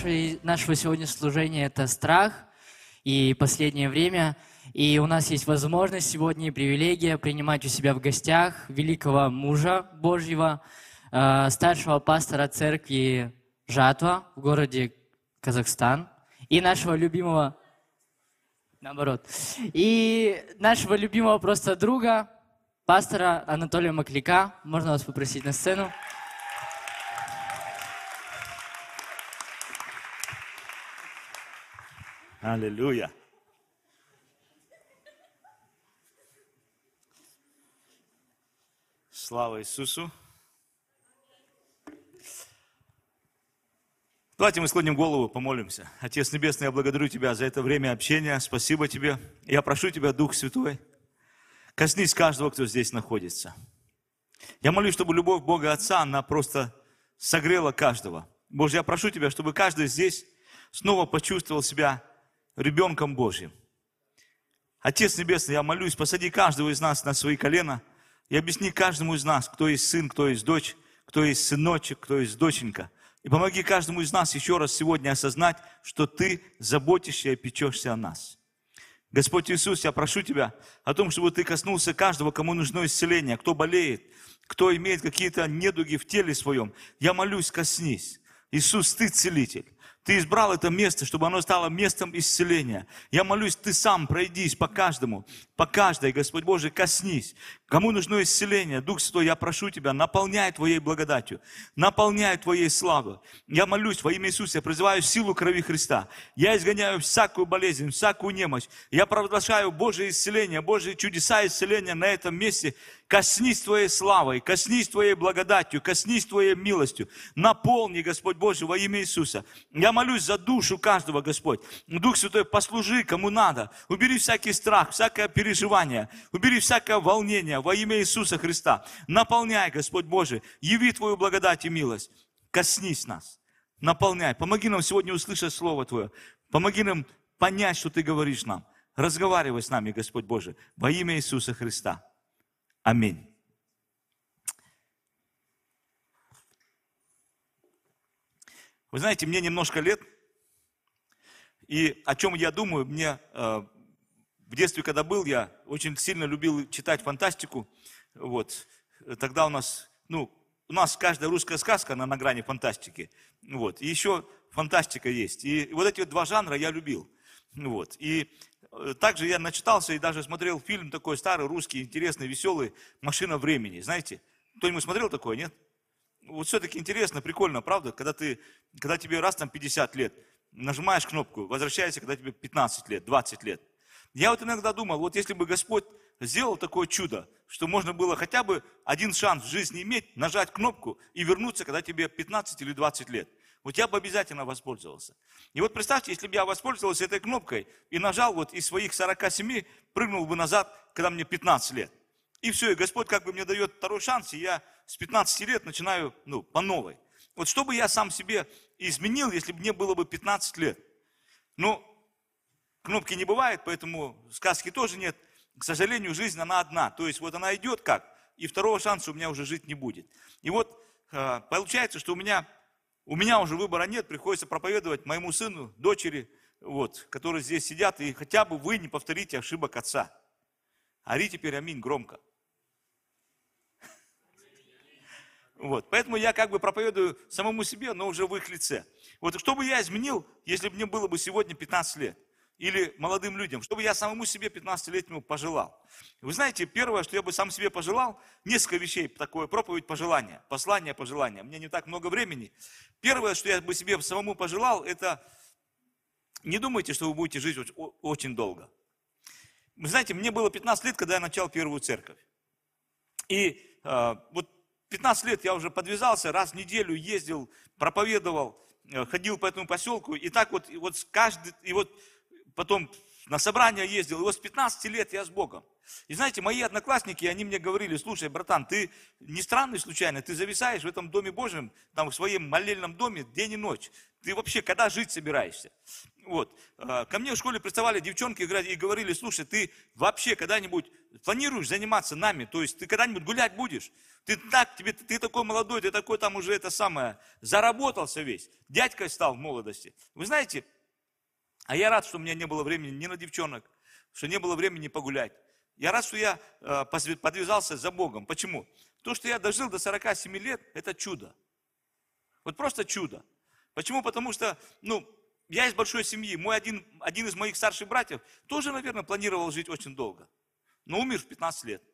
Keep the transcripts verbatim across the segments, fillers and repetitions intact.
нашей, нашего сегодня служения – это страх и последнее время. И у нас есть возможность сегодня и привилегия принимать у себя в гостях великого мужа Божьего, э, старшего пастора церкви Жатва в городе Казахстан и нашего любимого, наоборот, и нашего любимого просто друга, пастора Анатолия Макляка. Можно вас попросить на сцену? Аллилуйя. Слава Иисусу. Давайте мы склоним голову, помолимся. Отец Небесный, я благодарю Тебя за это время общения. Спасибо Тебе. Я прошу Тебя, Дух Святой, коснись каждого, кто здесь находится. Я молюсь, чтобы любовь Бога Отца, она просто согрела каждого. Боже, я прошу Тебя, чтобы каждый здесь снова почувствовал себя ребенком Божьим. Отец Небесный, я молюсь, посади каждого из нас на свои колена и объясни каждому из нас, кто есть сын, кто есть дочь, кто есть сыночек, кто есть доченька. И помоги каждому из нас еще раз сегодня осознать, что Ты заботишься и печешься о нас. Господь Иисус, я прошу Тебя о том, чтобы Ты коснулся каждого, кому нужно исцеление, кто болеет, кто имеет какие-то недуги в теле своем. Я молюсь, коснись. Иисус, Ты целитель. Ты избрал это место, чтобы оно стало местом исцеления. Я молюсь, Ты сам пройдись по каждому, по каждой, Господь Божий, коснись. Кому нужно исцеление, Дух Святой, я прошу Тебя, наполняй Твоей благодатью, наполняй Твоей славой. Я молюсь во имя Иисуса, я призываю силу крови Христа. Я изгоняю всякую болезнь, всякую немощь. Я провозглашаю Божие исцеление, Божие чудеса исцеления на этом месте. Коснись Твоей славой, коснись Твоей благодатью, коснись Твоей милостью. Наполни, Господь Божий, во имя Иисуса. Я молюсь за душу каждого, Господь. Дух Святой, послужи кому надо. Убери всякий страх, всякое переживание. Убери всякое волнение во имя Иисуса Христа. Наполняй, Господь Божий. Яви Твою благодать и милость. Коснись нас. Наполняй. Помоги нам сегодня услышать Слово Твое. Помоги нам понять, что Ты говоришь нам. Разговаривай с нами, Господь Божий. Во имя Иисуса Христа. Аминь. Вы знаете, мне немножко лет, и о чем я думаю, мне э, в детстве, когда был, я очень сильно любил читать фантастику. Вот. Тогда у нас, ну, у нас каждая русская сказка, она на грани фантастики. Вот. И еще фантастика есть. И вот эти вот два жанра я любил. Вот. И также я начитался и даже смотрел фильм такой старый, русский, интересный, веселый «Машина времени». Знаете, кто-нибудь смотрел такое, нет? Вот все-таки интересно, прикольно, правда? Когда, ты, когда тебе раз там пятьдесят лет, нажимаешь кнопку, возвращаешься, когда тебе пятнадцать лет, двадцать лет. Я вот иногда думал, вот если бы Господь сделал такое чудо, что можно было хотя бы один шанс в жизни иметь, нажать кнопку и вернуться, когда тебе пятнадцать или двадцать лет. Вот я бы обязательно воспользовался. И вот представьте, если бы я воспользовался этой кнопкой и нажал вот из своих сорока семи, прыгнул бы назад, когда мне пятнадцать лет. И все, и Господь как бы мне дает второй шанс, и я с пятнадцати лет начинаю, ну, по новой. Вот что бы я сам себе изменил, если бы мне было бы пятнадцать лет? Ну, кнопки не бывает, поэтому сказки тоже нет. К сожалению, жизнь, она одна. То есть вот она идет как, и второго шанса у меня уже жить не будет. И вот э, получается, что у меня... У меня уже выбора нет, приходится проповедовать моему сыну, дочери, вот, которые здесь сидят, и хотя бы вы не повторите ошибок отца. Ори теперь аминь громко. Вот, поэтому я как бы проповедую самому себе, но уже в их лице. Вот что бы я изменил, если бы мне было бы сегодня пятнадцать лет? Или молодым людям, чтобы я самому себе пятнадцатилетнему пожелал. Вы знаете, первое, что я бы сам себе пожелал, несколько вещей, такое проповедь пожелания, послание пожелания. Мне не так много времени. Первое, что я бы себе самому пожелал, это не думайте, что вы будете жить очень долго. Вы знаете, мне было пятнадцать лет, когда я начал первую церковь. И э, вот пятнадцать лет я уже подвязался, раз в неделю ездил, проповедовал, э, ходил по этому поселку. И так вот, и вот каждый, и вот потом на собрания ездил, и вот с пятнадцати лет я с Богом. И знаете, мои одноклассники, они мне говорили, слушай, братан, ты не странный случайно, ты зависаешь в этом Доме Божьем, там в своем молельном доме день и ночь. Ты вообще когда жить собираешься? Вот. Ко мне в школе приставали девчонки и говорили: слушай, ты вообще когда-нибудь планируешь заниматься нами? То есть ты когда-нибудь гулять будешь? Ты так, тебе, ты такой молодой, ты такой там уже это самое, заработался весь. Дядькой стал в молодости. Вы знаете, а я рад, что у меня не было времени ни на девчонок, что не было времени погулять. Я рад, что я подвязался за Богом. Почему? То, что я дожил до сорока семи лет, это чудо. Вот просто чудо. Почему? Потому что, ну, я из большой семьи. Мой один, один из моих старших братьев тоже, наверное, планировал жить очень долго. Но умер в пятнадцать лет.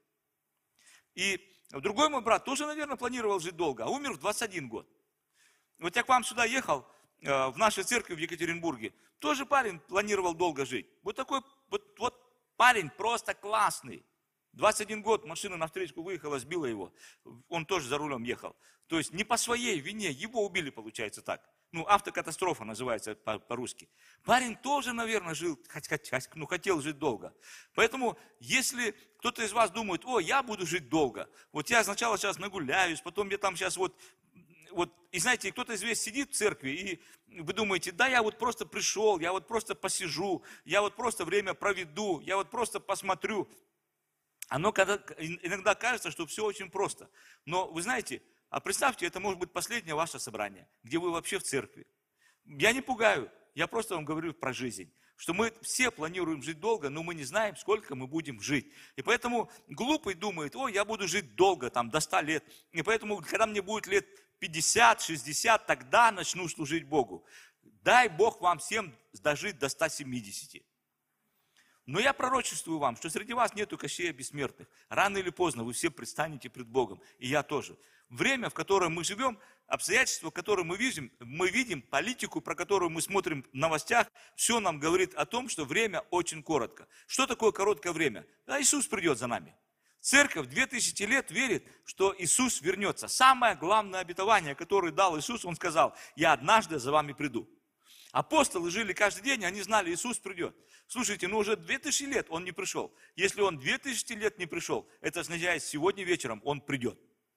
И другой мой брат тоже, наверное, планировал жить долго, а умер в двадцать один год. Вот я к вам сюда ехал, в нашей церкви в Екатеринбурге, тоже парень планировал долго жить. Вот такой, вот, вот парень просто классный. двадцать один год, машина на встречку выехала, сбила его. Он тоже за рулем ехал. То есть не по своей вине, его убили, получается так. Ну, автокатастрофа называется по-русски. Парень тоже, наверное, жил, ну, хотел жить долго. Поэтому, если кто-то из вас думает: о, я буду жить долго, вот я сначала сейчас нагуляюсь, потом я там сейчас вот, вот, и знаете, кто-то из вас сидит в церкви, и вы думаете: да, я вот просто пришел, я вот просто посижу, я вот просто время проведу, я вот просто посмотрю. Оно иногда кажется, что все очень просто. Но вы знаете, а представьте, это может быть последнее ваше собрание, где вы вообще в церкви. Я не пугаю, я просто вам говорю про жизнь. Что мы все планируем жить долго, но мы не знаем, сколько мы будем жить. И поэтому глупый думает: о, я буду жить долго, там, до ста лет. И поэтому, когда мне будет лет пятьдесят, шестьдесят, тогда начну служить Богу. Дай Бог вам всем дожить до ста семидесяти. Но я пророчествую вам, что среди вас нету кощея бессмертных. Рано или поздно вы все предстанете пред Богом. И я тоже. Время, в котором мы живем, обстоятельства, которые мы видим, мы видим, политику, про которую мы смотрим в новостях, все нам говорит о том, что время очень коротко. Что такое короткое время? Да, Иисус придет за нами. Церковь две тысячи лет верит, что Иисус вернется. Самое главное обетование, которое дал Иисус, Он сказал: я однажды за вами приду. Апостолы жили каждый день, они знали, Иисус придет. Слушайте, ну уже две тысячи лет Он не пришел. Если Он две тысячи лет не пришел, это означает, сегодня вечером Он придет.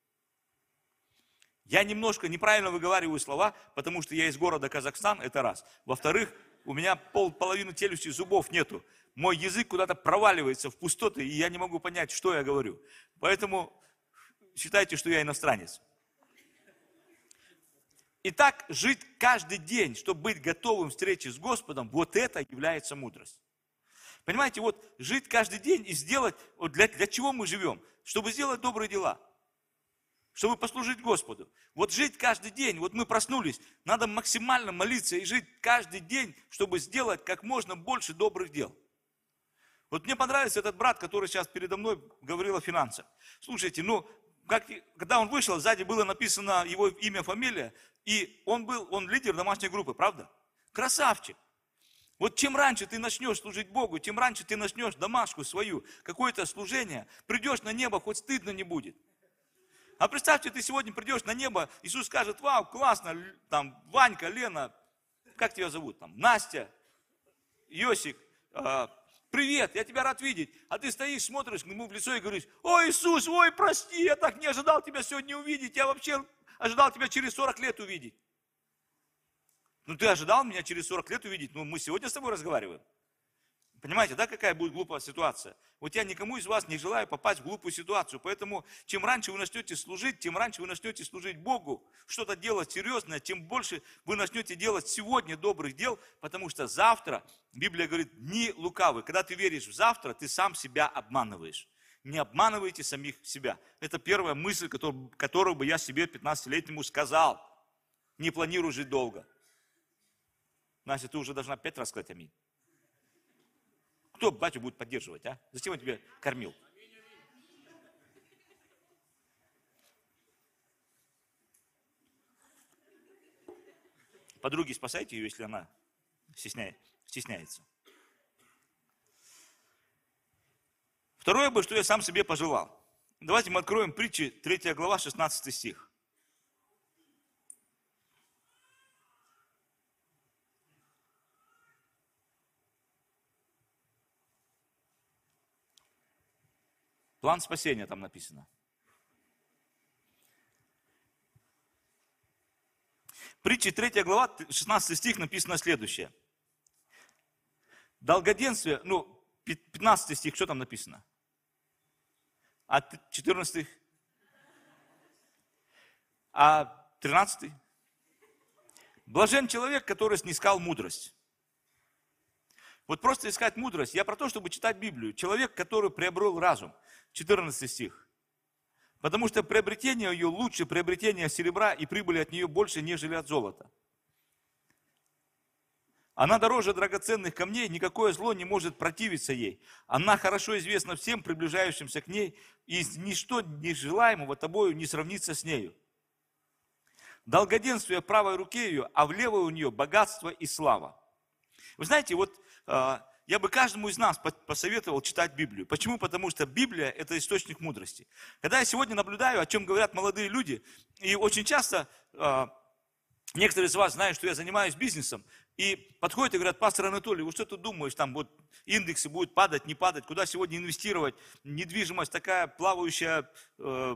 Я немножко неправильно выговариваю слова, потому что я из города Казахстан, это раз. Во-вторых, у меня пол, половину челюсти зубов нету. Мой язык куда-то проваливается в пустоты, и я не могу понять, что я говорю. Поэтому считайте, что я иностранец. Итак, жить каждый день, чтобы быть готовым к встрече с Господом, вот это является мудрость. Понимаете, вот жить каждый день и сделать, вот для, для чего мы живем? Чтобы сделать добрые дела, чтобы послужить Господу. Вот жить каждый день, вот мы проснулись, надо максимально молиться и жить каждый день, чтобы сделать как можно больше добрых дел. Вот мне понравился этот брат, который сейчас передо мной говорил о финансах. Слушайте, ну, как, когда он вышел, сзади было написано его имя, фамилия, и он был, он лидер домашней группы, правда? Красавчик. Вот чем раньше ты начнешь служить Богу, тем раньше ты начнешь домашку свою, какое-то служение, придешь на небо, хоть стыдно не будет. А представьте, ты сегодня придешь на небо, Иисус скажет: вау, классно, там, Ванька, Лена, как тебя зовут, там, Настя, Йосик, э, привет, я тебя рад видеть. А ты стоишь, смотришь ему в лицо и говоришь: ой, Иисус, ой, прости, я так не ожидал тебя сегодня увидеть, я вообще ожидал тебя через сорок лет увидеть. Ну, ты ожидал меня через сорок лет увидеть, ну, мы сегодня с тобой разговариваем. Понимаете, да, какая будет глупая ситуация? Вот я никому из вас не желаю попасть в глупую ситуацию, поэтому чем раньше вы начнете служить, тем раньше вы начнете служить Богу, что-то делать серьезное, тем больше вы начнете делать сегодня добрых дел, потому что завтра, Библия говорит, дни лукавы. Когда ты веришь в завтра, ты сам себя обманываешь. Не обманывайте самих себя. Это первая мысль, которую, которую бы я себе пятнадцатилетнему сказал. Не планируй жить долго. Настя, ты уже должна пять раз сказать аминь. Кто батю будет поддерживать, а? Зачем он тебя кормил? Подруги, спасайте ее, если она стесняет, стесняется. Второе бы, что я сам себе пожелал. Давайте мы откроем притчи, третья глава, шестнадцатый стих. План спасения там написано. Притчи, третья глава, шестнадцатый стих написано следующее. Долгоденствие, ну, пятнадцатый стих, что там написано? А четырнадцатый? А тринадцатый? Блажен человек, который снискал мудрость. Вот просто искать мудрость. Я про то, чтобы читать Библию. Человек, который приобрел разум. четырнадцатый стих. Потому что приобретение ее лучше приобретения серебра, и прибыли от нее больше, нежели от золота. Она дороже драгоценных камней, никакое зло не может противиться ей. Она хорошо известна всем приближающимся к ней, и ничто нежелаемого тобою не сравнится с нею. Долгоденствие в правой руке ее, а в левой у нее богатство и слава. Вы знаете, вот э, я бы каждому из нас посоветовал читать Библию. Почему? Потому что Библия – это источник мудрости. Когда я сегодня наблюдаю, о чем говорят молодые люди, и очень часто э, некоторые из вас знают, что я занимаюсь бизнесом, и подходят и говорят: пастор Анатолий, вот что ты думаешь, там вот индексы будут падать, не падать, куда сегодня инвестировать, недвижимость такая плавающая, э,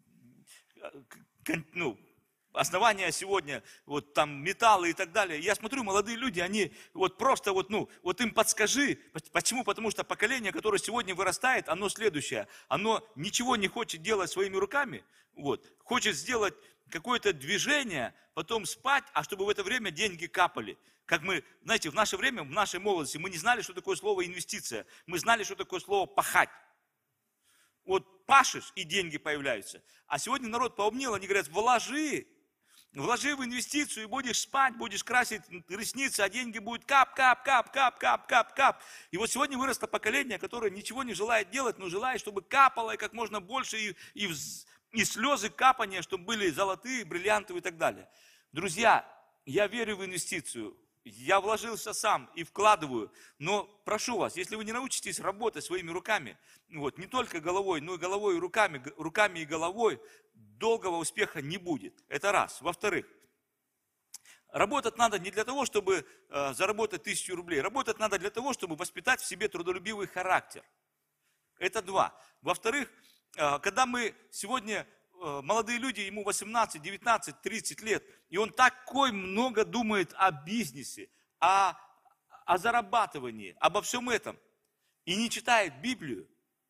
ну, основания сегодня, вот там металлы и так далее. Я смотрю, молодые люди, они вот просто вот, ну, вот им подскажи. Почему? Потому что поколение, которое сегодня вырастает, оно следующее. Оно ничего не хочет делать своими руками, вот, хочет сделать какое-то движение, потом спать, а чтобы в это время деньги капали. Как мы, знаете, в наше время, в нашей молодости, мы не знали, что такое слово инвестиция. Мы знали, что такое слово пахать. Вот пашешь, и деньги появляются. А сегодня народ поумнел, они говорят: вложи, вложи в инвестицию, и будешь спать, будешь красить ресницы, а деньги будут кап, кап, кап, кап, кап, кап, кап. И вот сегодня выросло поколение, которое ничего не желает делать, но желает, чтобы капало и как можно больше, и, и, и слезы капания, чтобы были золотые, бриллиантовые и так далее. Друзья, я верю в инвестицию. Я вложился сам и вкладываю, но прошу вас, если вы не научитесь работать своими руками, вот, не только головой, но и головой и руками, руками и головой, долгого успеха не будет. Это раз. Во-вторых, работать надо не для того, чтобы э, заработать тысячу рублей. Работать надо для того, чтобы воспитать в себе трудолюбивый характер. Это два. Во-вторых, э, когда мы сегодня... молодые люди, ему восемнадцать, девятнадцать, тридцать лет, и он такой много думает о бизнесе, о, о зарабатывании, обо всем этом, и не читает Библию.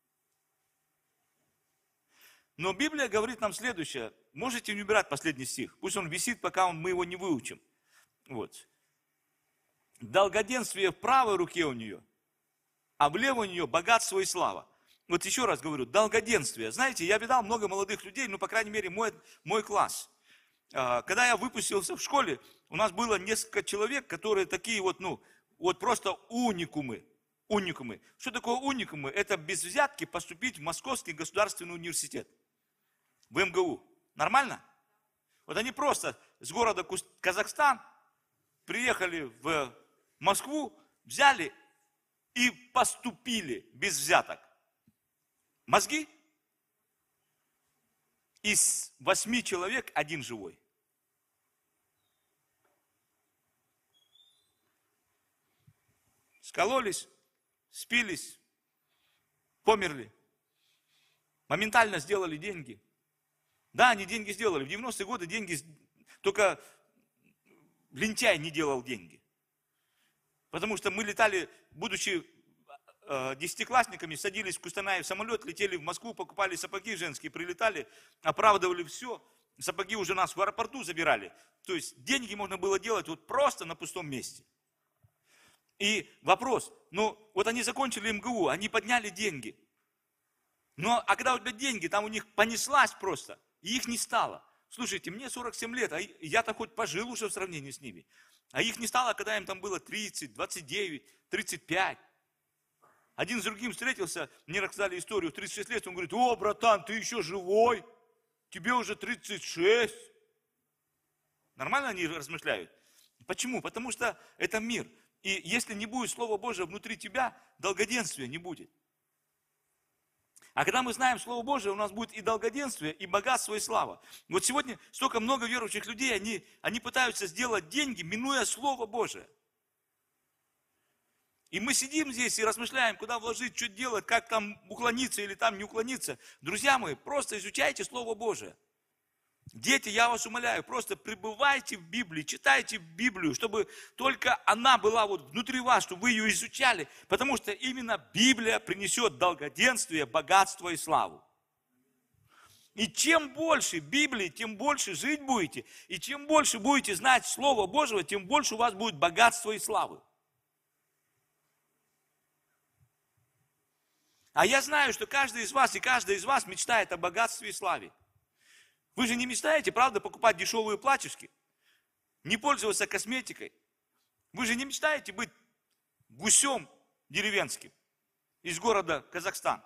Но Библия говорит нам следующее. Можете не убирать последний стих, пусть он висит, пока он, мы его не выучим. Вот. Долгоденствие в правой руке у нее, а в левой у нее богатство и слава. Вот еще раз говорю, долгоденствие. Знаете, я видал много молодых людей, ну, по крайней мере, мой, мой класс. Когда я выпустился в школе, у нас было несколько человек, которые такие вот, ну, вот просто уникумы. Уникумы. Что такое уникумы? Это без взятки поступить в Московский государственный университет. В эм гэ у. Нормально? Вот они просто с города Казахстан приехали в Москву, взяли и поступили без взяток. Мозги? Из восьми человек один живой. Скололись, спились, померли. Моментально сделали деньги. Да, они деньги сделали. В девяностые годы деньги... Только лентяй не делал деньги. Потому что мы летали, будучи... десятиклассниками, садились в Кустанае в самолет, летели в Москву, покупали сапоги женские, прилетали, оправдывали все. Сапоги уже нас в аэропорту забирали. То есть деньги можно было делать вот просто на пустом месте. И вопрос, ну вот они закончили эм гэ у, они подняли деньги. Но а когда у тебя деньги, там у них понеслась просто, и их не стало. Слушайте, мне сорок семь лет, а я-то хоть пожил уже в сравнении с ними. А их не стало, когда им там было тридцать, двадцать девять, тридцать пять. Один с другим встретился, мне рассказали историю, в тридцать шесть лет, он говорит: о, братан, ты еще живой, тебе уже тридцать шесть. Нормально они размышляют? Почему? Потому что это мир. И если не будет Слова Божьего внутри тебя, долгоденствия не будет. А когда мы знаем Слово Божие, у нас будет и долгоденствие, и богатство, и слава. Вот сегодня столько много верующих людей, они, они пытаются сделать деньги, минуя Слово Божие. И мы сидим здесь и размышляем, куда вложить, что делать, как там уклониться или там не уклониться. Друзья мои, просто изучайте Слово Божие. Дети, я вас умоляю, просто пребывайте в Библии, читайте Библию, чтобы только она была вот внутри вас, чтобы вы ее изучали, потому что именно Библия принесет долгоденствие, богатство и славу. И чем больше Библии, тем больше жить будете, и чем больше будете знать Слово Божьего, тем больше у вас будет богатства и славы. А я знаю, что каждый из вас и каждый из вас мечтает о богатстве и славе. Вы же не мечтаете, правда, покупать дешевые платьишки, не пользоваться косметикой. Вы же не мечтаете быть гусем деревенским из города Казахстан.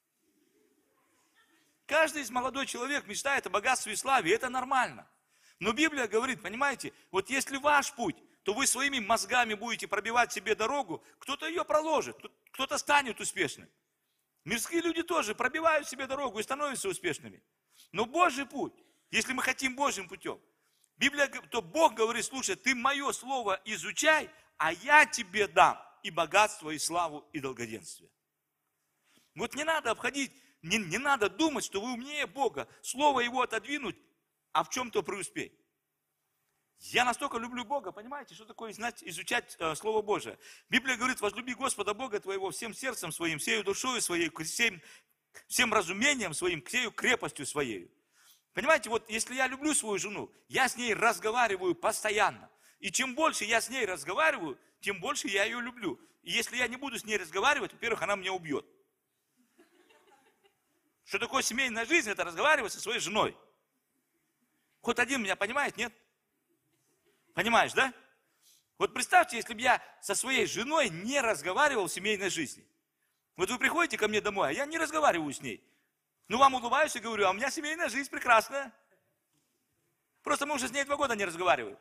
Каждый из молодой человек мечтает о богатстве и славе, и это нормально. Но Библия говорит, понимаете, вот если ваш путь, то вы своими мозгами будете пробивать себе дорогу, кто-то ее проложит, кто-то станет успешным. Мирские люди тоже пробивают себе дорогу и становятся успешными. Но Божий путь, если мы хотим Божьим путем, Библия, то Бог говорит, слушай, ты мое слово изучай, а я тебе дам и богатство, и славу, и долгоденствие. Вот не надо обходить, не, не надо думать, что вы умнее Бога, слово его отодвинуть, а в чем-то преуспеть. Я настолько люблю Бога, понимаете, что такое знать, изучать э, Слово Божие. Библия говорит, возлюби Господа Бога твоего всем сердцем своим, всею душою своей, всем, всем разумением своим, всею крепостью своей. Понимаете, вот если я люблю свою жену, я с ней разговариваю постоянно. И чем больше я с ней разговариваю, тем больше я ее люблю. И если я не буду с ней разговаривать, во-первых, она меня убьет. Что такое семейная жизнь? Это разговаривать со своей женой. Хоть один меня понимает, нет? Понимаешь, да? Вот представьте, если бы я со своей женой не разговаривал в семейной жизни. Вот вы приходите ко мне домой, а я не разговариваю с ней. Ну, вам улыбаюсь и говорю, а у меня семейная жизнь прекрасная. Просто мы уже с ней два года не разговариваем.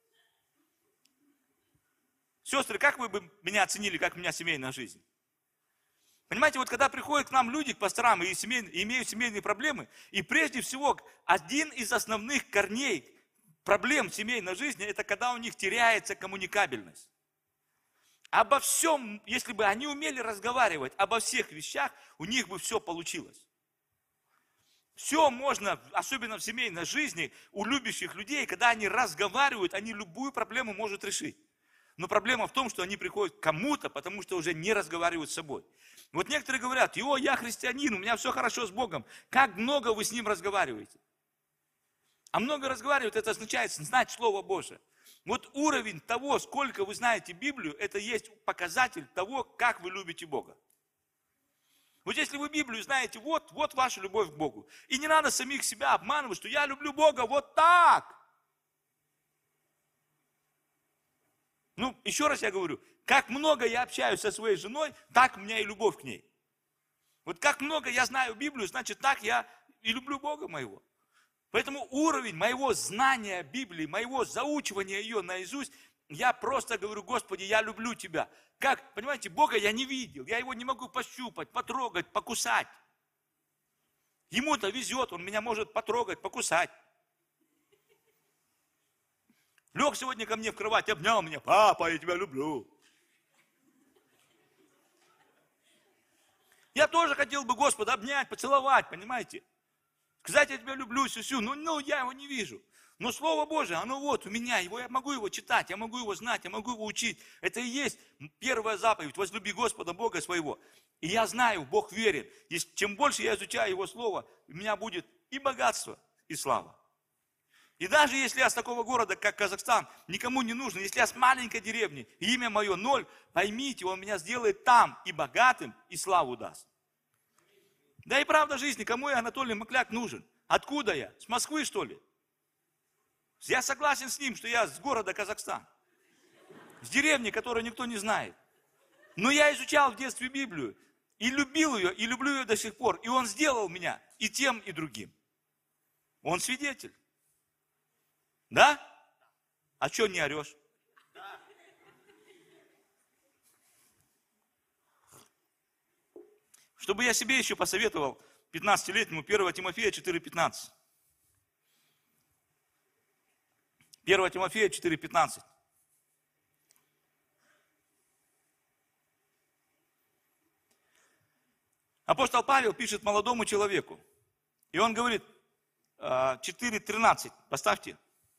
Сестры, как вы бы меня оценили, как у меня семейная жизнь? Понимаете, вот когда приходят к нам люди, к пасторам, и, семей, и имеют семейные проблемы, и прежде всего, один из основных корней проблем в семейной жизни, это когда у них теряется коммуникабельность. Обо всем, если бы они умели разговаривать, обо всех вещах, у них бы все получилось. Все можно, особенно в семейной жизни, у любящих людей, когда они разговаривают, они любую проблему могут решить. Но проблема в том, что они приходят к кому-то, потому что уже не разговаривают с собой. Вот некоторые говорят, о, я христианин, у меня все хорошо с Богом. Как много вы с Ним разговариваете? А много разговаривать, это означает знать Слово Божие. Вот уровень того, сколько вы знаете Библию, это есть показатель того, как вы любите Бога. Вот если вы Библию знаете, вот, вот ваша любовь к Богу. И не надо самих себя обманывать, что я люблю Бога вот так. Ну, еще раз я говорю, как много я общаюсь со своей женой, так у меня и любовь к ней. Вот как много я знаю Библию, значит, так я и люблю Бога моего. Поэтому уровень моего знания Библии, моего заучивания ее наизусть, я просто говорю, Господи, я люблю Тебя. Как, понимаете, Бога я не видел, я Его не могу пощупать, потрогать, покусать. Ему-то везет, Он меня может потрогать, покусать. Лег сегодня ко мне в кровать, обнял меня, папа, я тебя люблю. Я тоже хотел бы Господа обнять, поцеловать, понимаете? Сказать, я тебя люблю, сюсю, но ну, я его не вижу. Но Слово Божие, оно вот у меня, его, я могу его читать, я могу его знать, я могу его учить. Это и есть первая заповедь, возлюби Господа Бога своего. И я знаю, Бог верен. И чем больше я изучаю Его Слово, у меня будет и богатство, и слава. И даже если я с такого города, как Казахстан, никому не нужен, если я с маленькой деревни, и имя мое ноль, поймите, Он меня сделает там и богатым, и славу даст. Да и правда жизни, кому я, Анатолий Макляк, нужен? Откуда я? С Москвы, что ли? Я согласен с ним, что я с города Казахстан. С деревни, которую никто не знает. Но я изучал в детстве Библию, и любил ее, и люблю ее до сих пор. И Он сделал меня и тем, и другим. Он свидетель. Да? А что не орешь? Чтобы я себе еще посоветовал пятнадцатилетнему, первое Тимофея четыре пятнадцать. первое Тимофея четыре пятнадцать. Апостол Павел пишет молодому человеку. И он говорит, четыре тринадцать. Поставьте.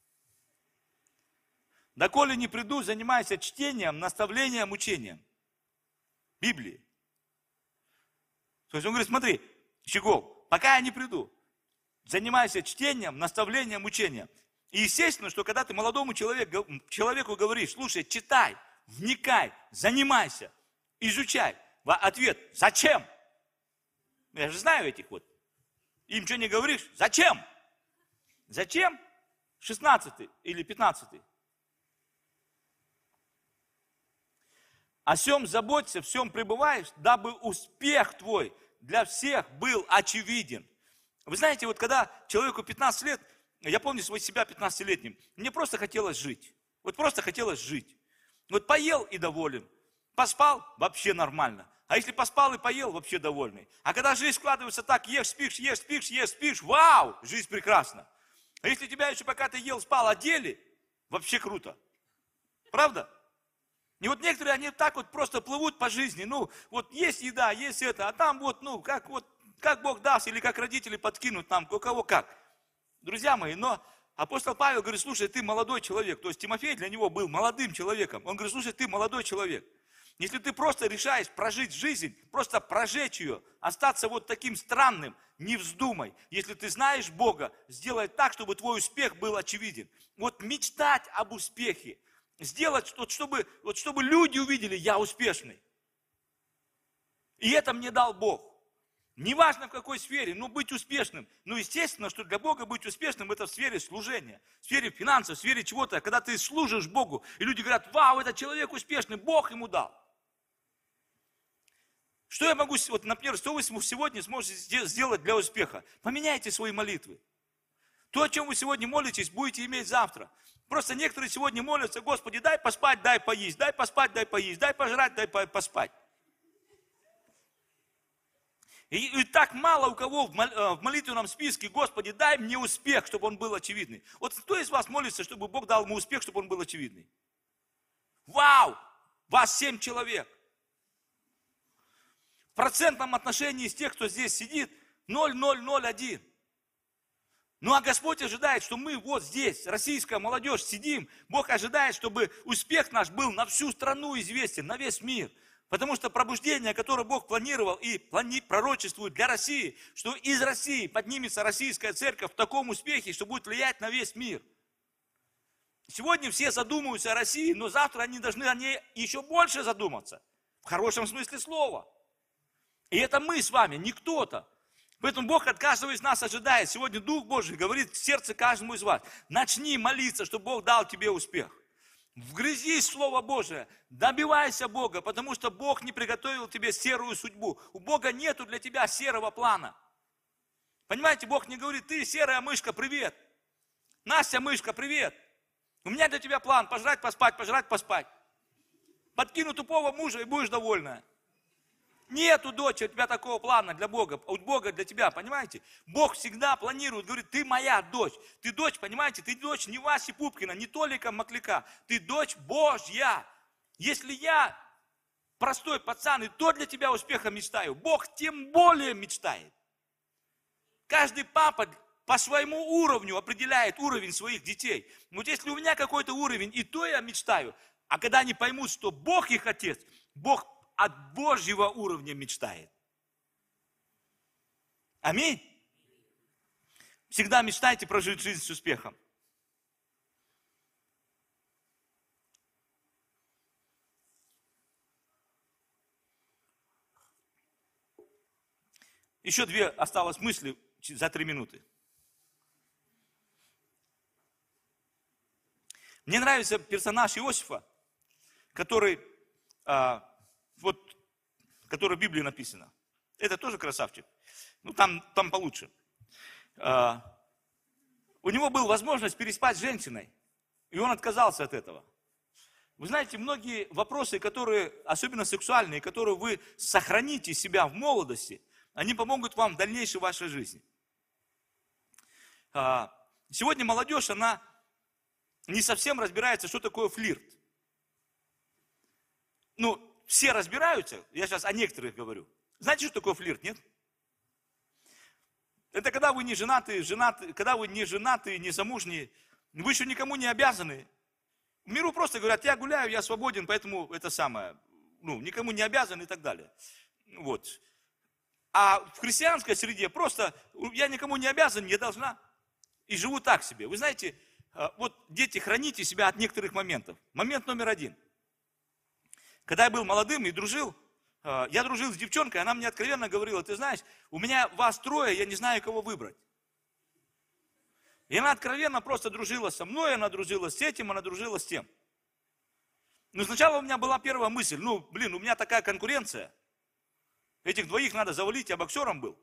«Доколе не приду, занимайся чтением, наставлением, учением». Библии. То есть он говорит, смотри, Щегол, пока я не приду, занимайся чтением, наставлением, учением. И естественно, что когда ты молодому человеку, человеку говоришь, слушай, читай, вникай, занимайся, изучай. Ответ, зачем? Я же знаю этих вот. Им что не говоришь? Зачем? Зачем? шестнадцатый или пятнадцатый. «О сем заботься, в сем пребываешь, дабы успех твой для всех был очевиден». Вы знаете, вот когда человеку пятнадцать лет, я помню свой себя пятнадцатилетним, мне просто хотелось жить. Вот просто хотелось жить. Вот поел и доволен. Поспал – вообще нормально. А если поспал и поел – вообще довольный. А когда жизнь складывается так, ешь, спишь, ешь, спишь, ешь, спишь, вау, жизнь прекрасна. А если тебя еще пока ты ел, спал, одели, вообще круто. Правда? И вот некоторые, они так вот просто плывут по жизни. Ну, вот есть еда, есть это, а там вот, ну, как вот, как Бог даст, или как родители подкинут нам, у кого как. Друзья мои, но апостол Павел говорит, слушай, ты молодой человек. То есть Тимофей для него был молодым человеком. Он говорит, слушай, ты молодой человек. Если ты просто решаешь прожить жизнь, просто прожечь ее, остаться вот таким странным, не вздумай. Если ты знаешь Бога, сделай так, чтобы твой успех был очевиден. Вот мечтать об успехе. Сделать, вот, чтобы, вот, чтобы люди увидели, я успешный. И это мне дал Бог. Неважно в какой сфере, но быть успешным. Ну, естественно, что для Бога быть успешным, это в сфере служения, в сфере финансов, в сфере чего-то. Когда ты служишь Богу, и люди говорят, вау, этот человек успешный, Бог ему дал. Что я могу, вот, например, что вы сегодня сможете сделать для успеха? Поменяйте свои молитвы. То, о чем вы сегодня молитесь, будете иметь завтра. Просто некоторые сегодня молятся, Господи, дай поспать, дай поесть, дай поспать, дай поесть, дай пожрать, дай поспать. И, и так мало у кого в молитвенном списке, Господи, дай мне успех, чтобы он был очевидный. Вот кто из вас молится, чтобы Бог дал ему успех, чтобы он был очевидный? Вау! Вас семь человек. В процентном отношении из тех, кто здесь сидит, ноль целых ноль ноль один. Ну а Господь ожидает, что мы вот здесь, российская молодежь, сидим. Бог ожидает, чтобы успех наш был на всю страну известен, на весь мир. Потому что пробуждение, которое Бог планировал и плани, пророчествует для России, что из России поднимется российская церковь в таком успехе, что будет влиять на весь мир. Сегодня все задумываются о России, но завтра они должны о ней еще больше задуматься. В хорошем смысле слова. И это мы с вами, не кто-то. Поэтому Бог от каждого из нас ожидает. Сегодня Дух Божий говорит в сердце каждому из вас. Начни молиться, чтобы Бог дал тебе успех. Вгрызись в Слово Божие, добивайся Бога, потому что Бог не приготовил тебе серую судьбу. У Бога нету для тебя серого плана. Понимаете, Бог не говорит, ты серая мышка, привет. Настя, мышка, привет. У меня для тебя план, пожрать, поспать, пожрать, поспать. Подкину тупого мужа и будешь довольна. Нету, дочь, у тебя такого плана для Бога, от Бога для тебя, понимаете? Бог всегда планирует, говорит, ты моя дочь. Ты дочь, понимаете, ты дочь не Васи Пупкина, не Толика Макляка. Ты дочь Божья. Если я простой пацан, и то для тебя успеха мечтаю, Бог тем более мечтает. Каждый папа по своему уровню определяет уровень своих детей. Вот если у меня какой-то уровень, и то я мечтаю, а когда они поймут, что Бог их отец, Бог от Божьего уровня мечтает. Аминь. Всегда мечтайте прожить жизнь с успехом. Еще две осталось мысли за три минуты. Мне нравится персонаж Иосифа, который... А, вот, которое в Библии написано. Это тоже красавчик. Ну, там, там получше. А, у него была возможность переспать с женщиной, и он отказался от этого. Вы знаете, многие вопросы, которые, особенно сексуальные, которые вы сохраните себя в молодости, они помогут вам в дальнейшей вашей жизни. А, сегодня молодежь, она не совсем разбирается, что такое флирт. Ну, все разбираются, я сейчас о некоторых говорю. Знаете, что такое флирт, нет? Это когда вы не женаты, женаты, когда вы не женаты, не замужние, вы еще никому не обязаны. В миру просто говорят, я гуляю, я свободен, поэтому это самое, ну, никому не обязан и так далее. Вот. А в христианской среде просто я никому не обязан, не должна. И живу так себе. Вы знаете, вот дети, храните себя от некоторых моментов. Момент номер один. Когда я был молодым и дружил, я дружил с девчонкой, она мне откровенно говорила, ты знаешь, у меня вас трое, я не знаю, кого выбрать. И она откровенно просто дружила со мной, она дружила с этим, она дружила с тем. Но сначала у меня была первая мысль, ну, блин, у меня такая конкуренция. Этих двоих надо завалить, я боксером был.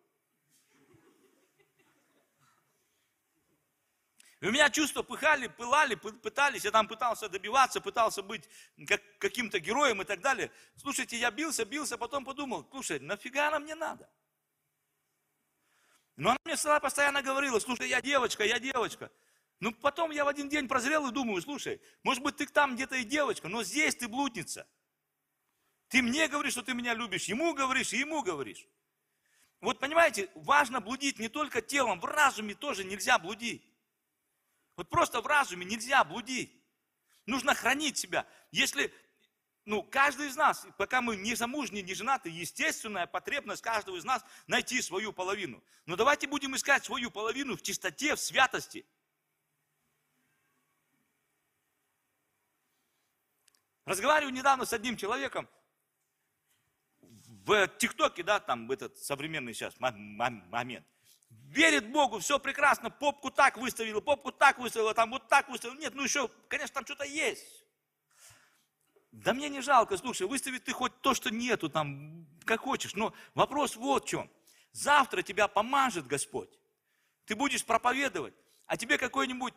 И у меня чувства пыхали, пылали, пытались, я там пытался добиваться, пытался быть как, каким-то героем и так далее. Слушайте, я бился, бился, потом подумал, слушай, нафига она мне надо? Но она мне постоянно говорила, слушай, я девочка, я девочка. Ну потом я в один день прозрел и думаю, слушай, может быть ты там где-то и девочка, но здесь ты блудница. Ты мне говоришь, что ты меня любишь, ему говоришь, и ему говоришь. Вот понимаете, важно блудить не только телом, в разуме тоже нельзя блудить. Вот просто в разуме нельзя блудить. Нужно хранить себя. Если, ну, каждый из нас, пока мы не замужние, не женаты, естественная потребность каждого из нас найти свою половину. Но давайте будем искать свою половину в чистоте, в святости. Разговариваю недавно с одним человеком в ТикТоке, да, там этот современный сейчас момент. Верит Богу, все прекрасно, попку так выставила, попку так выставила, там вот так выставила. Нет, ну еще, конечно, там что-то есть. Да мне не жалко, слушай, выставить ты хоть то, что нету, там, как хочешь. Но вопрос вот в чем. Завтра тебя помажет Господь. Ты будешь проповедовать, а тебе какой-нибудь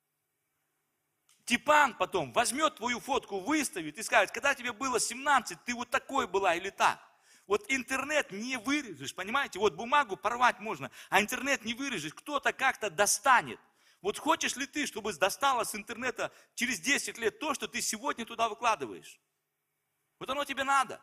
типан потом возьмет твою фотку, выставит и скажет, когда тебе было семнадцать, ты вот такой была или так. Вот интернет не вырежешь, понимаете? Вот бумагу порвать можно, а интернет не вырежешь. Кто-то как-то достанет. Вот хочешь ли ты, чтобы достало с интернета через десять лет то, что ты сегодня туда выкладываешь? Вот оно тебе надо.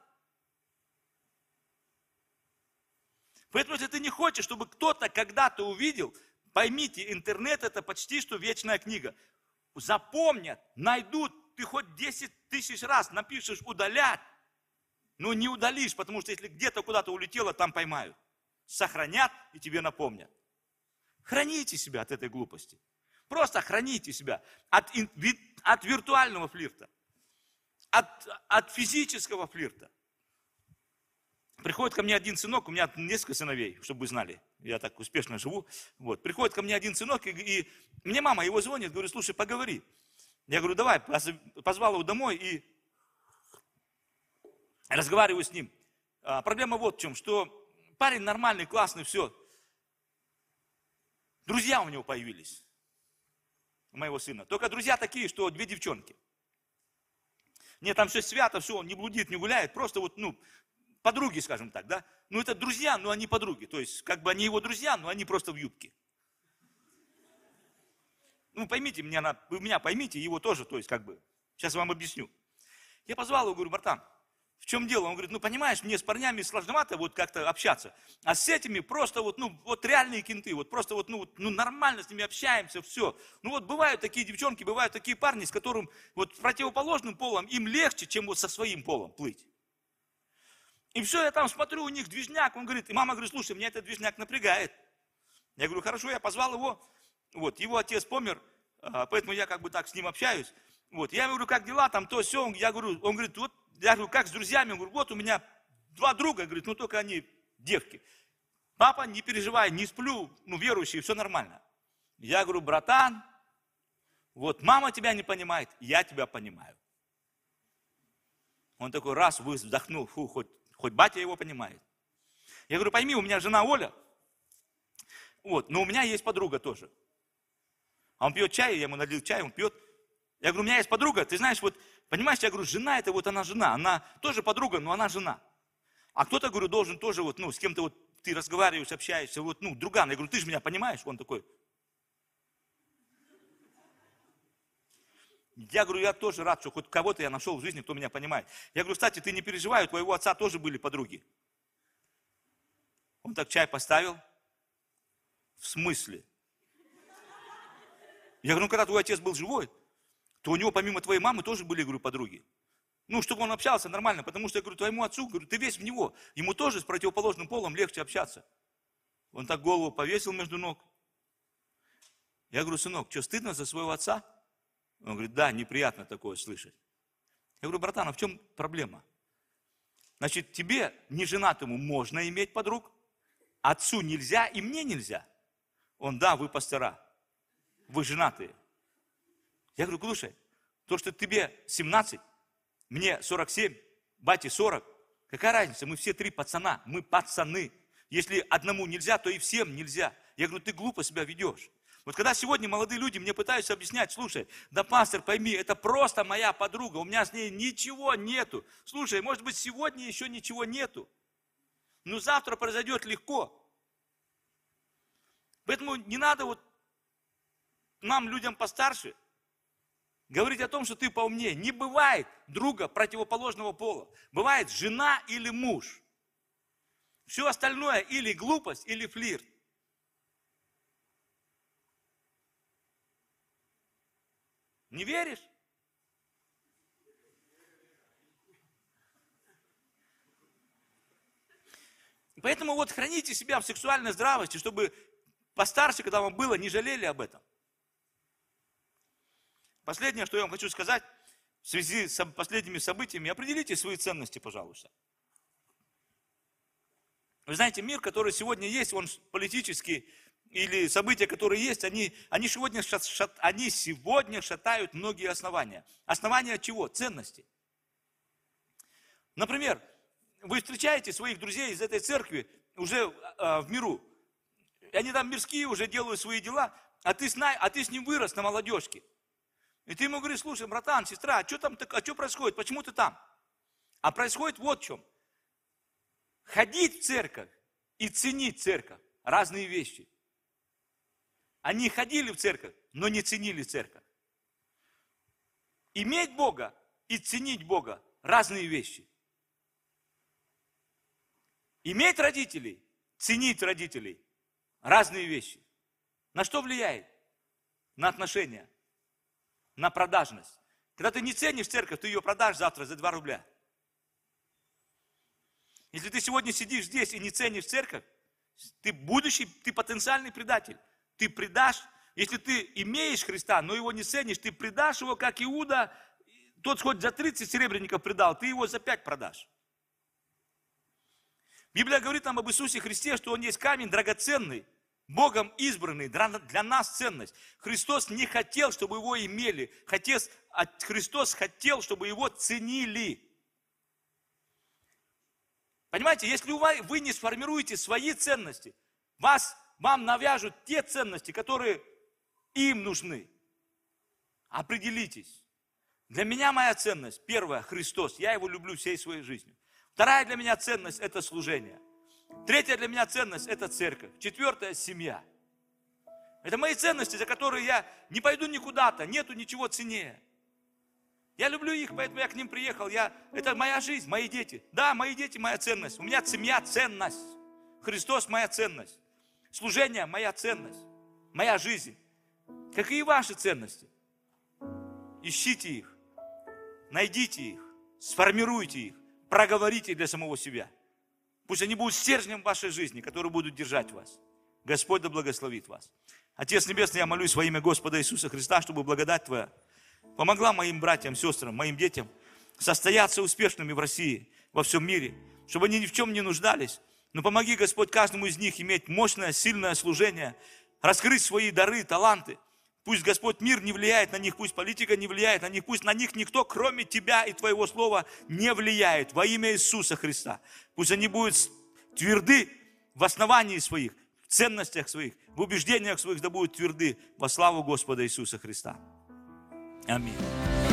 Поэтому, если ты не хочешь, чтобы кто-то когда-то увидел, поймите, интернет это почти что вечная книга. Запомнят, найдут, ты хоть десять тысяч раз напишешь удалять, но не удалишь, потому что если где-то куда-то улетело, там поймают. Сохранят и тебе напомнят. Храните себя от этой глупости. Просто храните себя от, от виртуального флирта, от, от физического флирта. Приходит ко мне один сынок, у меня несколько сыновей, чтобы вы знали, я так успешно живу. Вот. Приходит ко мне один сынок, и, и мне мама его звонит, говорит, слушай, поговори. Я говорю, давай, позвал его домой и разговариваю с ним. А, проблема вот в чем, что парень нормальный, классный, все. Друзья у него появились, у моего сына. Только друзья такие, что две девчонки. Нет, там все свято, все, он не блудит, не гуляет, просто вот, ну, подруги, скажем так, да. Ну, это друзья, но они подруги. То есть, как бы они его друзья, но они просто в юбке. Ну, поймите меня, вы меня поймите, его тоже, то есть, как бы, сейчас вам объясню. Я позвал его, говорю, братан, в чем дело? Он говорит, ну, понимаешь, мне с парнями сложновато вот как-то общаться, а с этими просто вот, ну, вот реальные кенты, вот просто вот, ну, вот, ну, нормально с ними общаемся, все. Ну, вот бывают такие девчонки, бывают такие парни, с которым вот с противоположным полом им легче, чем вот со своим полом плыть. И все, я там смотрю, у них движняк, он говорит, и мама говорит, слушай, меня этот движняк напрягает. Я говорю, хорошо, я позвал его, вот, его отец помер, поэтому я как бы так с ним общаюсь. Вот, я говорю, как дела, там, то, все, я говорю, он говорит, вот, я говорю, как с друзьями, он говорит, вот у меня два друга, говорит, ну только они девки. Папа, не переживай, не сплю, ну верующие, все нормально. Я говорю, братан, вот мама тебя не понимает, я тебя понимаю. Он такой раз вздохнул, фу, хоть, хоть батя его понимает. Я говорю, пойми, у меня жена Оля, вот, но у меня есть подруга тоже. А он пьет чай, я ему налил чай, он пьет. Я говорю, у меня есть подруга, ты знаешь, вот, понимаешь, я говорю, жена это вот она жена, она тоже подруга, но она жена. А кто-то, говорю, должен тоже вот, ну, с кем-то вот ты разговариваешь, общаешься, вот, ну, друган. Я говорю, ты же меня понимаешь? Он такой. Я говорю, я тоже рад, что хоть кого-то я нашел в жизни, кто меня понимает. Я говорю, кстати, ты не переживай, у твоего отца тоже были подруги. Он так чай поставил. В смысле? Я говорю, ну когда твой отец был живой, то у него помимо твоей мамы тоже были, говорю, подруги. Ну, чтобы он общался нормально, потому что, я говорю, твоему отцу, говорю, ты весь в него. Ему тоже с противоположным полом легче общаться. Он так голову повесил между ног. Я говорю, сынок, что, стыдно за своего отца? Он говорит, да, неприятно такое слышать. Я говорю, братан, а в чем проблема? Значит, тебе, неженатому, можно иметь подруг, отцу нельзя и мне нельзя. Он, да, вы пастора, вы женатые. Я говорю, слушай, то, что тебе семнадцать, мне сорок семь, бате сорок, какая разница, мы все три пацана, мы пацаны. Если одному нельзя, то и всем нельзя. Я говорю, ты глупо себя ведешь. Вот когда сегодня молодые люди мне пытаются объяснять, слушай, да пастор, пойми, это просто моя подруга, у меня с ней ничего нету. Слушай, может быть, сегодня еще ничего нету, но завтра произойдет легко. Поэтому не надо вот нам, людям постарше, говорить о том, что ты поумнее. Не бывает друга противоположного пола. Бывает жена или муж. Все остальное или глупость, или флирт. Не веришь? Поэтому вот храните себя в сексуальной здравости, чтобы постарше, когда вам было, не жалели об этом. Последнее, что я вам хочу сказать, в связи с последними событиями, определите свои ценности, пожалуйста. Вы знаете, мир, который сегодня есть, он политический, или события, которые есть, они, они, сегодня, шат, они сегодня шатают многие основания. Основания чего? Ценностей. Например, вы встречаете своих друзей из этой церкви уже э, в миру. И они там мирские уже делают свои дела, а ты, сна, а ты с ним вырос на молодежке. И ты ему говоришь, слушай, братан, сестра, а что там, а что происходит, почему ты там? А происходит вот в чем. Ходить в церковь и ценить церковь – разные вещи. Они ходили в церковь, но не ценили церковь. Иметь Бога и ценить Бога – разные вещи. Иметь родителей, ценить родителей – разные вещи. На что влияет? На отношения, на продажность. Когда ты не ценишь церковь, ты ее продашь завтра за два рубля. Если ты сегодня сидишь здесь и не ценишь церковь, ты будущий, ты потенциальный предатель. Ты предашь, если ты имеешь Христа, но его не ценишь, ты предашь его, как Иуда, тот хоть за тридцать серебряников предал, ты его за пять продашь. Библия говорит нам об Иисусе Христе, что Он есть камень драгоценный, Богом избранный, для нас ценность. Христос не хотел, чтобы его имели, Христос хотел, чтобы его ценили. Понимаете, если вы не сформируете свои ценности, вас Вам навяжут те ценности, которые им нужны. Определитесь. Для меня моя ценность, первая, Христос. Я его люблю всей своей жизнью. Вторая для меня ценность – это служение. Третья для меня ценность – это церковь. Четвертая – семья. Это мои ценности, за которые я не пойду никуда-то, нету ничего ценнее. Я люблю их, поэтому я к ним приехал. Я, это моя жизнь, мои дети. Да, мои дети – моя ценность. У меня семья – ценность. Христос – моя ценность. Служение – моя ценность, моя жизнь. Какие ваши ценности? Ищите их, найдите их, сформируйте их, проговорите для самого себя. Пусть они будут стержнем вашей жизни, которые будут держать вас. Господь да благословит вас. Отец Небесный, я молюсь во имя Господа Иисуса Христа, чтобы благодать Твоя помогла моим братьям, сестрам, моим детям состояться успешными в России, во всем мире, чтобы они ни в чем не нуждались. Но помоги, Господь, каждому из них иметь мощное, сильное служение, раскрыть свои дары, таланты. Пусть, Господь, мир не влияет на них, пусть политика не влияет на них, пусть на них никто, кроме Тебя и Твоего Слова, не влияет. Во имя Иисуса Христа. Пусть они будут тверды в основании своих, в ценностях своих, в убеждениях своих, да будут тверды во славу Господа Иисуса Христа. Аминь.